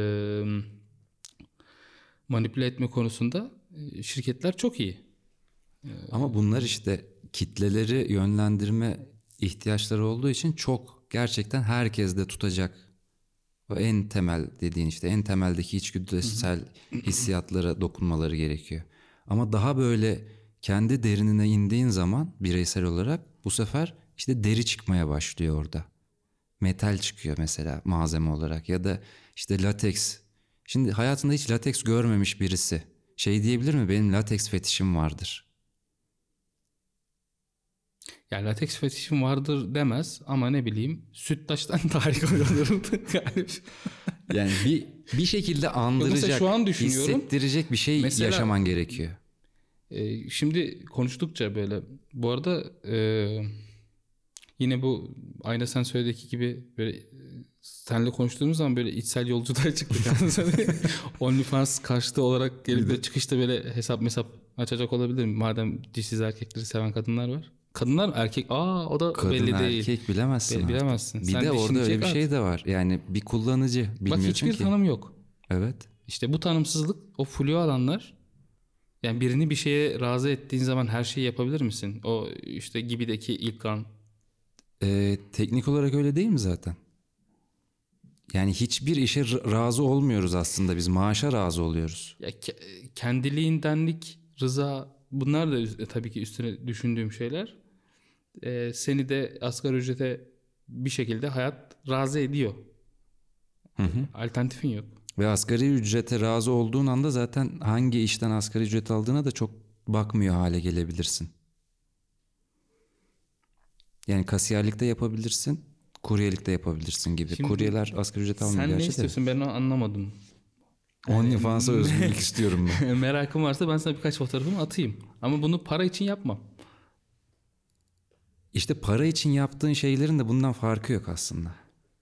manipüle etme konusunda şirketler çok iyi. Ama bunlar işte kitleleri yönlendirme ihtiyaçları olduğu için çok gerçekten herkes de tutacak. O en temel dediğin, işte en temeldeki içgüdüsel hissiyatlara dokunmaları gerekiyor. Ama daha böyle kendi derinine indiğin zaman bireysel olarak bu sefer işte deri çıkmaya başlıyor orada. Metal çıkıyor mesela malzeme olarak, ya da işte lateks. Şimdi hayatında hiç lateks görmemiş birisi şey diyebilir mi? Benim lateks fetişim vardır. Yani lateks fetişim vardır demez ama ne bileyim sütlaçtan tahrik oluyorum galiba. Yani bir şekilde andıracak, şu an düşünüyorum. hissettirecek bir şey Mesela- yaşaman gerekiyor. Şimdi konuştukça böyle bu arada yine bu aynı sen söylediği gibi böyle seninle konuştuğumuz zaman böyle içsel yolculuğa çıktık. Yani OnlyFans karşıtı olarak gelip de çıkışta böyle hesap açacak olabilirim. Madem dişsiz erkekleri seven kadınlar var. Kadınlar erkek o da Kadın belli değil. erkek bilemezsin artık. Bilemezsin. Bir Sen de dişini orada öyle çek bir at. şey de var. Yani bir kullanıcı Bak bilmiyorsun hiçbir ki. tanım yok. Evet. İşte bu tanımsızlık, o flu alanlar Yani birini bir şeye razı ettiğin zaman her şeyi yapabilir misin? O işte Gibi'deki ilk an. Teknik olarak öyle değil mi zaten? Yani hiçbir işe razı olmuyoruz aslında, biz maaşa razı oluyoruz. Ya kendiliğindenlik, rıza, bunlar da tabii ki üstüne düşündüğüm şeyler. Seni de asgari ücrete bir şekilde hayat razı ediyor. Hı hı. Alternatifin yok. Ve asgari ücrete razı olduğun anda zaten hangi işten asgari ücret aldığına da çok bakmıyor hale gelebilirsin. Yani kasiyerlikte yapabilirsin, kuryelikte yapabilirsin gibi. Şimdi Kuryeler asgari ücret almıyor sen ne gerçi de. istiyorsun, ben onu anlamadım. OnlyFans'a özgürlük istiyorum ben. Merakım varsa ben sana birkaç fotoğrafımı atayım. Ama bunu para için yapmam. İşte para için yaptığın şeylerin de bundan farkı yok aslında.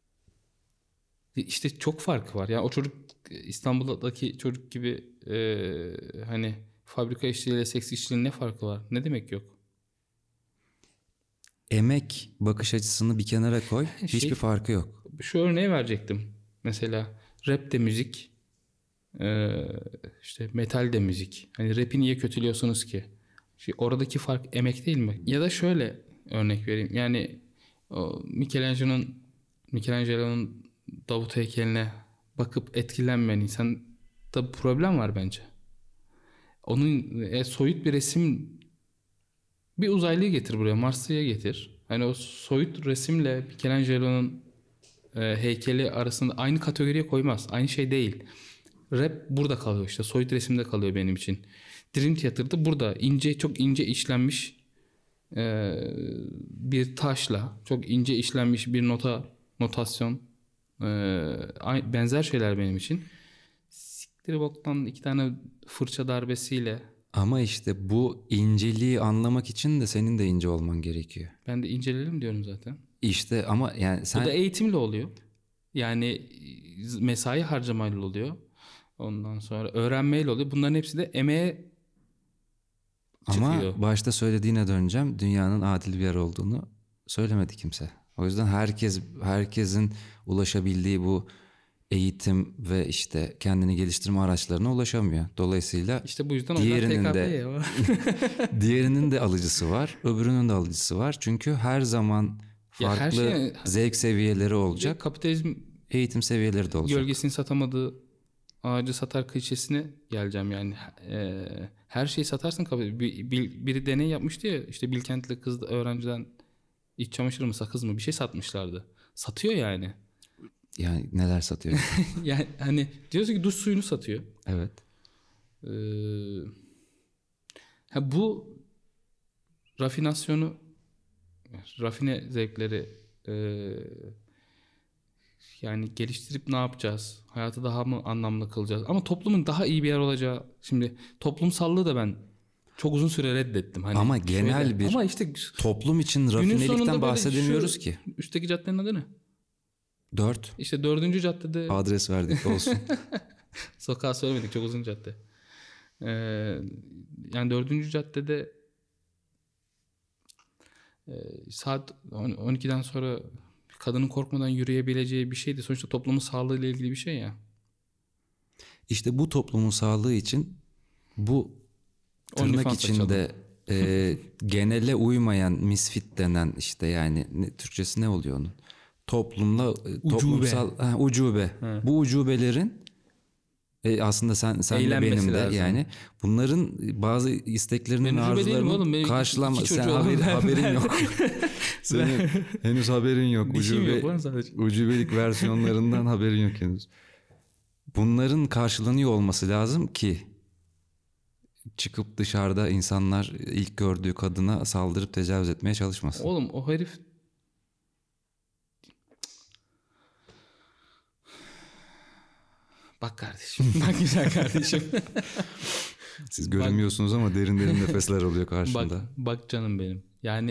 İşte çok farkı var. Yani o çocuk, İstanbul'daki çocuk gibi hani fabrika işçiliğiyle seks işçiliğinin ne farkı var? Ne demek yok? Emek bakış açısını bir kenara koy, hiçbir farkı yok. Şu örneği verecektim. Mesela rap de müzik, işte metal de müzik. Hani rap'i niye kötülüyorsunuz ki? Oradaki fark emek değil mi? Ya da şöyle örnek vereyim. Yani o Michelangelo'nun Davut heykeline bakıp etkilenmeyen insanda bir problem var bence. Onun soyut bir resim, bir uzaylıyı getir buraya, Marslı'ya getir. Hani o soyut resimle Michelangelo'nun heykeli arasında aynı kategoriye koymaz. Aynı şey değil. Rap burada kalıyor işte. Soyut resimde kalıyor benim için. Dream Theater'da burada çok ince işlenmiş bir taşla, çok ince işlenmiş bir notasyon, benzer şeyler benim için. Siktir boktan 2 tane fırça darbesiyle. Ama işte bu inceliği anlamak için de senin de ince olman gerekiyor. Ben de incelerim diyorum zaten. İşte ama yani Bu sen... da eğitimle oluyor. Yani mesai harcamayla oluyor. Ondan sonra öğrenmeyle oluyor. Bunların hepsi de emeğe çıkıyor. Ama başta söylediğine döneceğim. Dünyanın adil bir yer olduğunu söylemedi kimse. O yüzden herkesin ulaşabildiği bu eğitim ve işte kendini geliştirme araçlarına ulaşamıyor. Dolayısıyla İşte bu yüzden diğerinin de alıcısı var, öbürünün de alıcısı var. Çünkü her zaman farklı zevk seviyeleri olacak. Kapitalizm eğitim seviyeleri de olacak. Gölgesini satamadığı ağacı satar klişesine geleceğim yani. Her şeyi satarsın. Biri deney yapmıştı ya, işte Bilkent'le kız öğrenciden iç çamaşırı mı sakız mı bir şey satmışlardı. Satıyor yani. Yani neler satıyor? Yani hani diyorsun ki duş suyunu satıyor. Evet. Bu rafinasyonu, rafine zevkleri yani geliştirip ne yapacağız? Hayatı daha mı anlamlı kılacağız? Ama toplumun daha iyi bir yer olacağı. Şimdi toplumsallığı da ben çok uzun süre reddettim. Hani ama genel bir ama işte toplum için rafinelikten bahsedemiyoruz ki. Üstteki caddenin adı ne? 4. İşte 4. caddede. Adres verdik olsun. Sokağı söylemedik, çok uzun cadde. Yani 4. caddede saat 12'den sonra kadının korkmadan yürüyebileceği bir şeydi. Sonuçta toplumun sağlığıyla ilgili bir şey ya. İşte bu toplumun sağlığı için bu tırnak içinde genele uymayan misfit denen işte yani Türkçesi ne oluyor onun? Toplumsal ucube. Evet. Bu ucubelerin aslında sen de benim de lazım. Yani bunların bazı isteklerinin arzularının karşılanması. Sen haberin yok. Senin henüz haberin yok. Ucubelik versiyonlarından haberin yok henüz. Bunların karşılanıyor olması lazım ki çıkıp dışarıda insanlar ilk gördüğü kadına saldırıp tecavüz etmeye çalışmasın. Oğlum o herif bak kardeşim. Bak güzel kardeşim. Siz görünmüyorsunuz ama derin derin nefesler oluyor karşımda. Bak canım benim.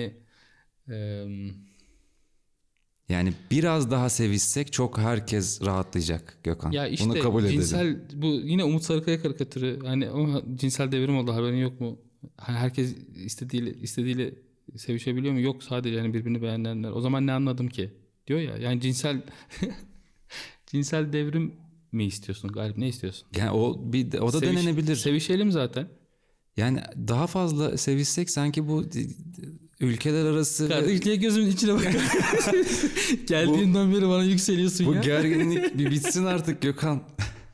Yani biraz daha sevişsek çok herkes rahatlayacak Gökhan. Ya işte bunu kabul edelim. Bu yine Umut Sarıkaya karikatürü. Hani o cinsel devrim oldu, haberin yok mu? Herkes istediğiyle sevişebiliyor mu? Yok, sadece yani birbirini beğenenler. O zaman ne anladım ki? Diyor ya. Yani cinsel devrim mi istiyorsun Galip? Ne istiyorsun? Yani o da denenebilir. Sevişelim zaten. Yani daha fazla sevişsek sanki bu ülkeler arası Kardeşliğe gözümün içine bak. Geldiğinden beri bana yükseliyorsun bu ya. gerginlik bir bitsin artık Gökhan.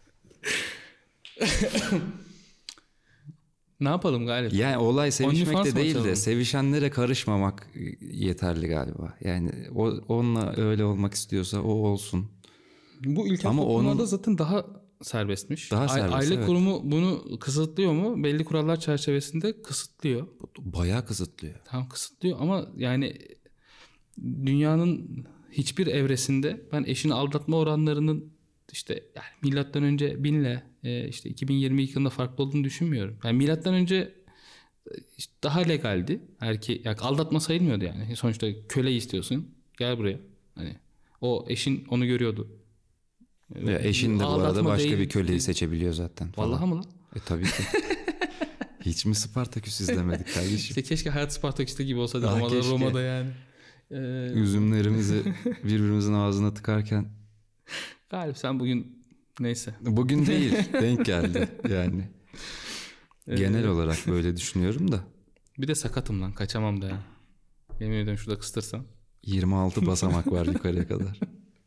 Ne yapalım Galip? Yani olay sevişmekte OnlyFans mı değil de açalım? sevişenlere karışmamak yeterli galiba. Yani onunla öyle olmak istiyorsa o olsun. Bu ilkel Ama toplumlarda onun- zaten daha serbestmiş. Daha serbest, Aile evet. kurumu bunu kısıtlıyor mu? Belli kurallar çerçevesinde kısıtlıyor. Bayağı kısıtlıyor. Tam kısıtlıyor ama yani dünyanın hiçbir evresinde ben eşini aldatma oranlarının işte yani milattan önce 1000 ile işte 2022 yılında farklı olduğunu düşünmüyorum. Yani milattan önce işte daha legaldi. Yani aldatma sayılmıyordu yani. Sonuçta köle istiyorsun. Gel buraya. Hani o eşin onu görüyordu. Ya eşin de bu arada Aldatma başka değil- bir köleyi seçebiliyor zaten falan. Vallahi mı lan? Tabii ki. Hiç mi Spartaküs izlemedik kardeşim? İşte keşke Hayat Spartaküs'te gibi olsa Ah, Roma'da, keşke. Roma'da yani. Üzümlerimizi birbirimizin ağzına tıkarken. Galip sen bugün neyse. Bugün değil, denk geldi yani. Genel olarak böyle düşünüyorum da. Bir de sakatım lan kaçamam da ya. Yemin ediyorum şurada kıstırsam. 26 basamak var yukarıya kadar.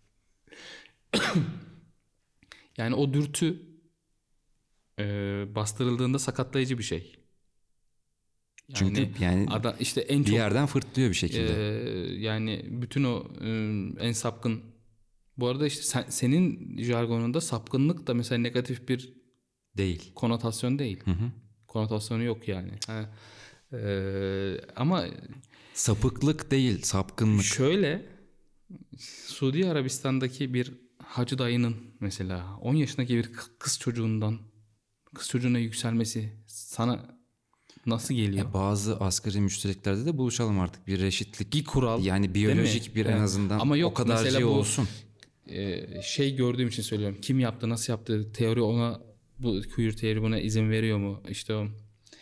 Yani o dürtü bastırıldığında sakatlayıcı bir şey. Çünkü yani işte en bir çok yerden fırtlıyor bir şekilde. yani bütün o en sapkın. Bu arada işte senin jargonunda sapkınlık da mesela negatif bir Değil. konotasyon değil. Konotasyonu yok yani. Ama Sapıklık değil, sapkınlık. şöyle Suudi Arabistan'daki bir hacı dayının mesela 10 yaşındaki bir kız çocuğuna yükselmesi sana nasıl geliyor? Bazı asgari müştereklerde de buluşalım artık bir reşitlik. Bir kural. Yani değil mi? biyolojik bir en Evet. azından Ama yok, o kadar mesela şey bu- olsun. Şey gördüğüm için söylüyorum. Kim yaptı, nasıl yaptı? Teori ona bu queer teori buna izin veriyor mu? İşte o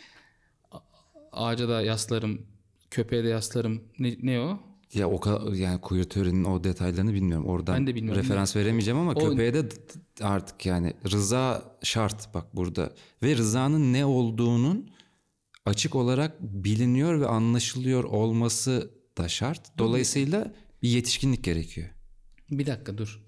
ağaca da yaslarım, köpeğe de yaslarım. Ne o? Ya o kadar yani queer teorinin o detaylarını bilmiyorum. Oradan Ben de bilmiyorum. referans veremeyeceğim ama O- köpeğe de artık yani rıza şart bak burada. Ve rızanın ne olduğunun açık olarak biliniyor ve anlaşılıyor olması da şart. Dolayısıyla bir yetişkinlik gerekiyor. Bir dakika dur.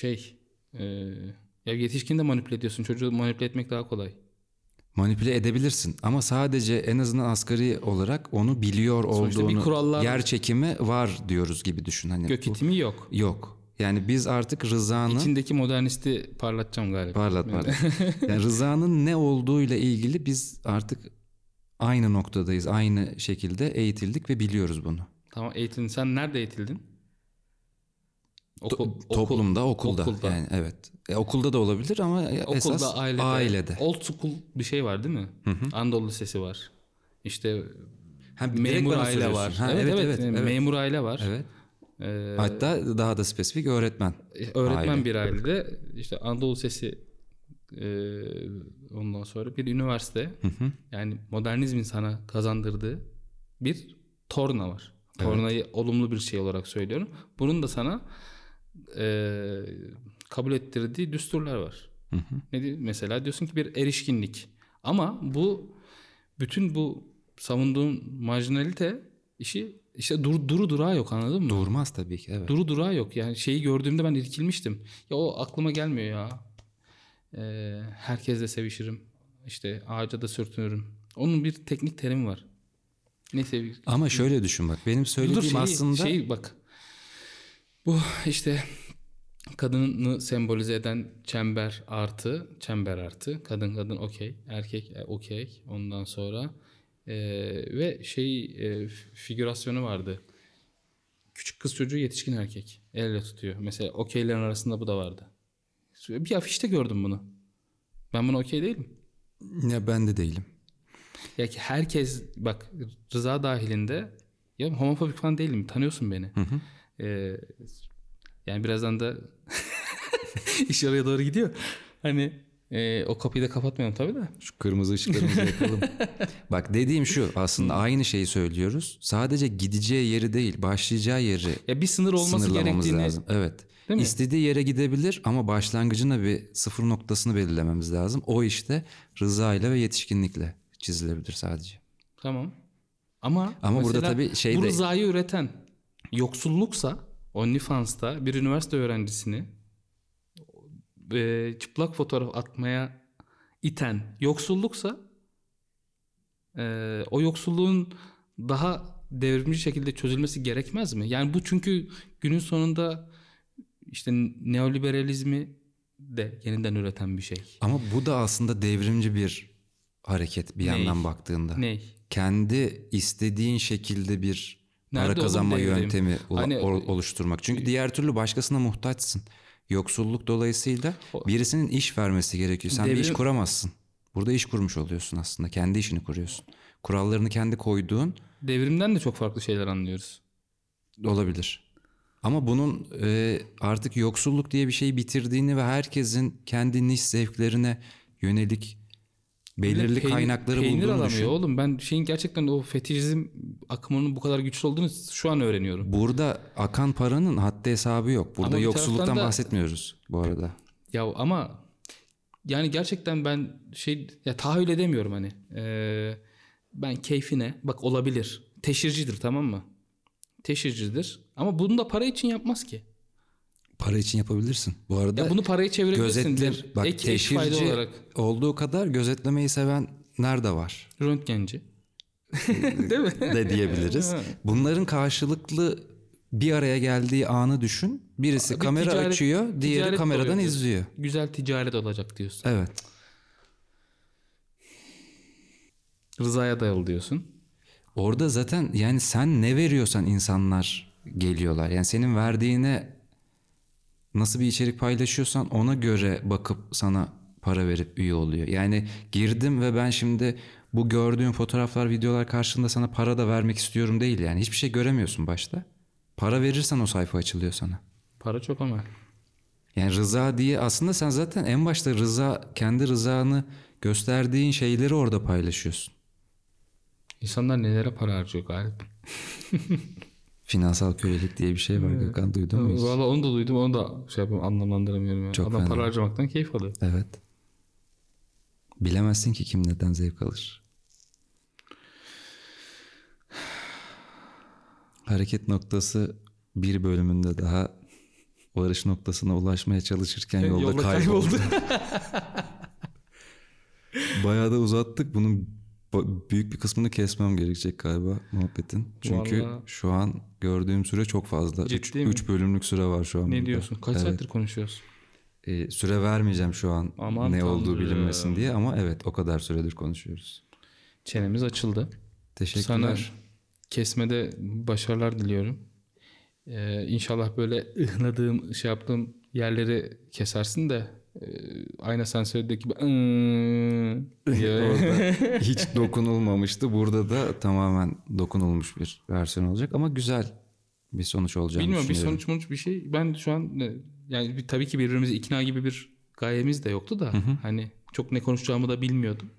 Ya yetişkin de manipüle ediyorsun. Çocuğu manipüle etmek daha kolay. Manipüle edebilirsin ama sadece en azından asgari olarak onu biliyor Sonuçta bir olduğunu, kurallar- yer çekimi var diyoruz gibi düşün. Hani Gök bu- itimi yok. yok. Yani biz artık rızanın İçindeki modernisti parlatacağım galiba. parlat. Yani rızanın ne olduğuyla ilgili biz artık aynı noktadayız. Aynı şekilde eğitildik ve biliyoruz bunu. Tamam eğitildin. Sen nerede eğitildin? Toplumda, okulda. Yani evet. Okulda da olabilir ama esas Okulda, ailede. Old school bir şey var değil mi? Anadolu Lisesi var. İşte Ha, direkt memur bana aile soruyorsun. var. Ha, evet, evet. memur aile var. Evet. Hatta daha da spesifik öğretmen. Öğretmen aile. bir ailede işte Anadolu Lisesi ondan sonra bir üniversite. Yani modernizmin sana kazandırdığı bir torna var. Tornayı olumlu bir şey olarak söylüyorum. Bunun da sana kabul ettirdiği düsturlar var. Mesela diyorsun ki bir erişkinlik. Ama bütün bu savunduğun marjinalite işi işte duru durağı yok, anladın mı? Durmaz tabii ki. Evet. Duru durağı yok. Yani şeyi gördüğümde ben irkilmiştim. Ya o aklıma gelmiyor ya. Herkesle sevişirim. İşte ağaca da sürtünürüm. Onun bir teknik terimi var. Neyse. Ama şöyle düşün bak. Benim söylediğim aslında bak. Bu işte kadını sembolize eden çember artı. Kadın okey. Erkek okey. Ondan sonra ve figürasyonu vardı. Küçük kız çocuğu yetişkin erkek. El ele tutuyor. Mesela okeylerin arasında bu da vardı. Bir afişte gördüm bunu. Ben buna okey değilim. ya ben de değilim. Ya ki herkes bak rıza dahilinde ya homofobik falan değilim. Tanıyorsun beni. Yani birazdan da iş oraya doğru gidiyor. Hani o kapıyı da kapatmayalım tabii de. Şu kırmızı ışıklarımızı yakalım. Bak dediğim şu aslında aynı şeyi söylüyoruz. Sadece gideceği yeri değil, başlayacağı yeri Ya bir sınır olması sınırlamamız gerektiğini lazım. Evet. Değil mi? İstediği yere gidebilir ama başlangıcına bir sıfır noktasını belirlememiz lazım. O işte rızayla ve yetişkinlikle. çizilebilir sadece. Tamam. Ama burada mesela tabii şey bu de rızayı üreten yoksulluksa OnlyFans'ta bir üniversite öğrencisini çıplak fotoğraf atmaya iten yoksulluksa o yoksulluğun daha devrimci şekilde çözülmesi gerekmez mi? Yani bu çünkü günün sonunda işte neoliberalizmi de yeniden üreten bir şey. ama bu da aslında devrimci bir hareket bir yandan baktığında. Ney? Kendi istediğin şekilde bir para Nerede oğlum kazanma devrim? yöntemi Hani- oluşturmak. Çünkü diğer türlü başkasına muhtaçsın. Yoksulluk dolayısıyla birisinin iş vermesi gerekiyor. Sen bir iş Devrim- kuramazsın. Burada iş kurmuş oluyorsun aslında. Kendi işini kuruyorsun. Kurallarını kendi koyduğun Devrimden de çok farklı şeyler anlıyoruz. olabilir. Ama bunun artık yoksulluk diye bir şeyi bitirdiğini ve herkesin kendi niş zevklerine yönelik belirli kaynakları peynir bulduğunu alamıyor düşün. oğlum. Ben şeyin gerçekten o fetişizm akımının bu kadar güçlü olduğunu şu an öğreniyorum. Burada akan paranın haddi hesabı yok. Burada Ama bir yoksulluktan taraftan da- bahsetmiyoruz bu arada. Ya ama yani gerçekten ben tahayyül edemiyorum hani. Ben keyfine bak olabilir. Teşhircidir, tamam mı? Teşhircidir. Ama bunu da para için yapmaz ki. Para için yapabilirsin. Bu arada Ya bunu paraya çevirebilirsin. gözetle, bak Ek fayda teşhirci olarak. olduğu kadar gözetlemeyi seven nerede var Röntgenci. Değil mi? de diyebiliriz. Bunların karşılıklı bir araya geldiği anı düşün. Birisi Bir kamera açıyor, diğeri ticaret kameradan oluyor izliyor. diyorsun. Güzel ticaret olacak diyorsun. Evet. Rızaya dayalı diyorsun. Orada zaten yani sen ne veriyorsan insanlar geliyorlar. Yani senin verdiğine nasıl bir içerik paylaşıyorsan ona göre bakıp sana para verip üye oluyor. Yani girdim ve ben şimdi bu gördüğüm fotoğraflar, videolar karşılığında sana para da vermek istiyorum değil yani. Hiçbir şey göremiyorsun başta. Para verirsen o sayfa açılıyor sana. Para çok ama. Yani rıza diye aslında sen zaten en başta kendi rızanı gösterdiğin şeyleri orada paylaşıyorsun. İnsanlar nelere para harcıyor Galip? Finansal kölelik diye bir şey var Gökhan, duydun mu hiç? Valla onu da duydum, onu da anlamlandıramıyorum. Yani. Çok Adam fena. para harcamaktan keyif alıyor. Evet. Bilemezsin ki kim neden zevk alır. Hareket noktası bir bölümünde daha varış noktasına ulaşmaya çalışırken yolda kayboldu. Bayağı da uzattık. Bunun büyük bir kısmını kesmem gerekecek galiba muhabbetin. Çünkü Vallahi. şu an gördüğüm süre çok fazla. Ciddi mi? 3 bölümlük süre var şu an. Ne burada. diyorsun? Kaç Evet. saattir konuşuyoruz? Süre vermeyeceğim şu an Aman ne olduğu Tanrım. bilinmesin diye ama evet o kadar süredir konuşuyoruz. Çenemiz açıldı. Teşekkürler. Sana kesmede başarılar diliyorum. İnşallah böyle ıhladığım, yaptığım yerleri kesersin de ayna sensöründeki gibi Orada hiç dokunulmamıştı. Burada da tamamen dokunulmuş bir versiyon olacak ama güzel bir sonuç olacağını bilmiyorum bir düşünüyorum. sonuç bir şey. Ben şu an yani tabii ki birbirimizi ikna gibi bir gayemiz de yoktu da hani çok ne konuşacağımı da bilmiyordum.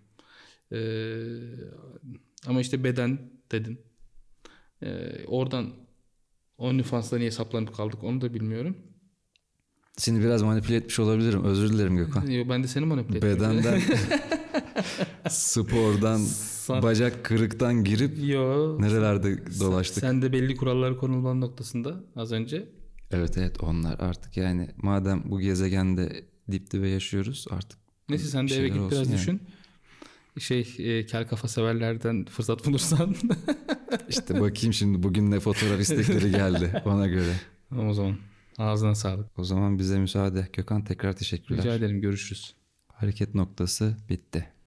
Ama işte beden dedin. Oradan OnlyFans'la niye saplanıp kaldık onu da bilmiyorum. Seni biraz manipüle etmiş olabilirim. Özür dilerim Gökhan. Ben de seni manipüle ettim. Bedenden, spordan, bacak kırıktan girip Yo. nerelerde dolaştık. Sen de belli kurallar konulman noktasında az önce. Evet onlar artık yani madem bu gezegende dip dibe yaşıyoruz artık. Neyse sen bir de eve şeyler git biraz olsun düşün. Kel kafa severlerden fırsat bulursan. İşte bakayım şimdi bugün ne fotoğraf istekleri geldi ona göre. O zaman ağzına sağlık. O zaman bize müsaade. Gökhan tekrar teşekkürler. Rica ederim, görüşürüz. Hareket noktası bitti.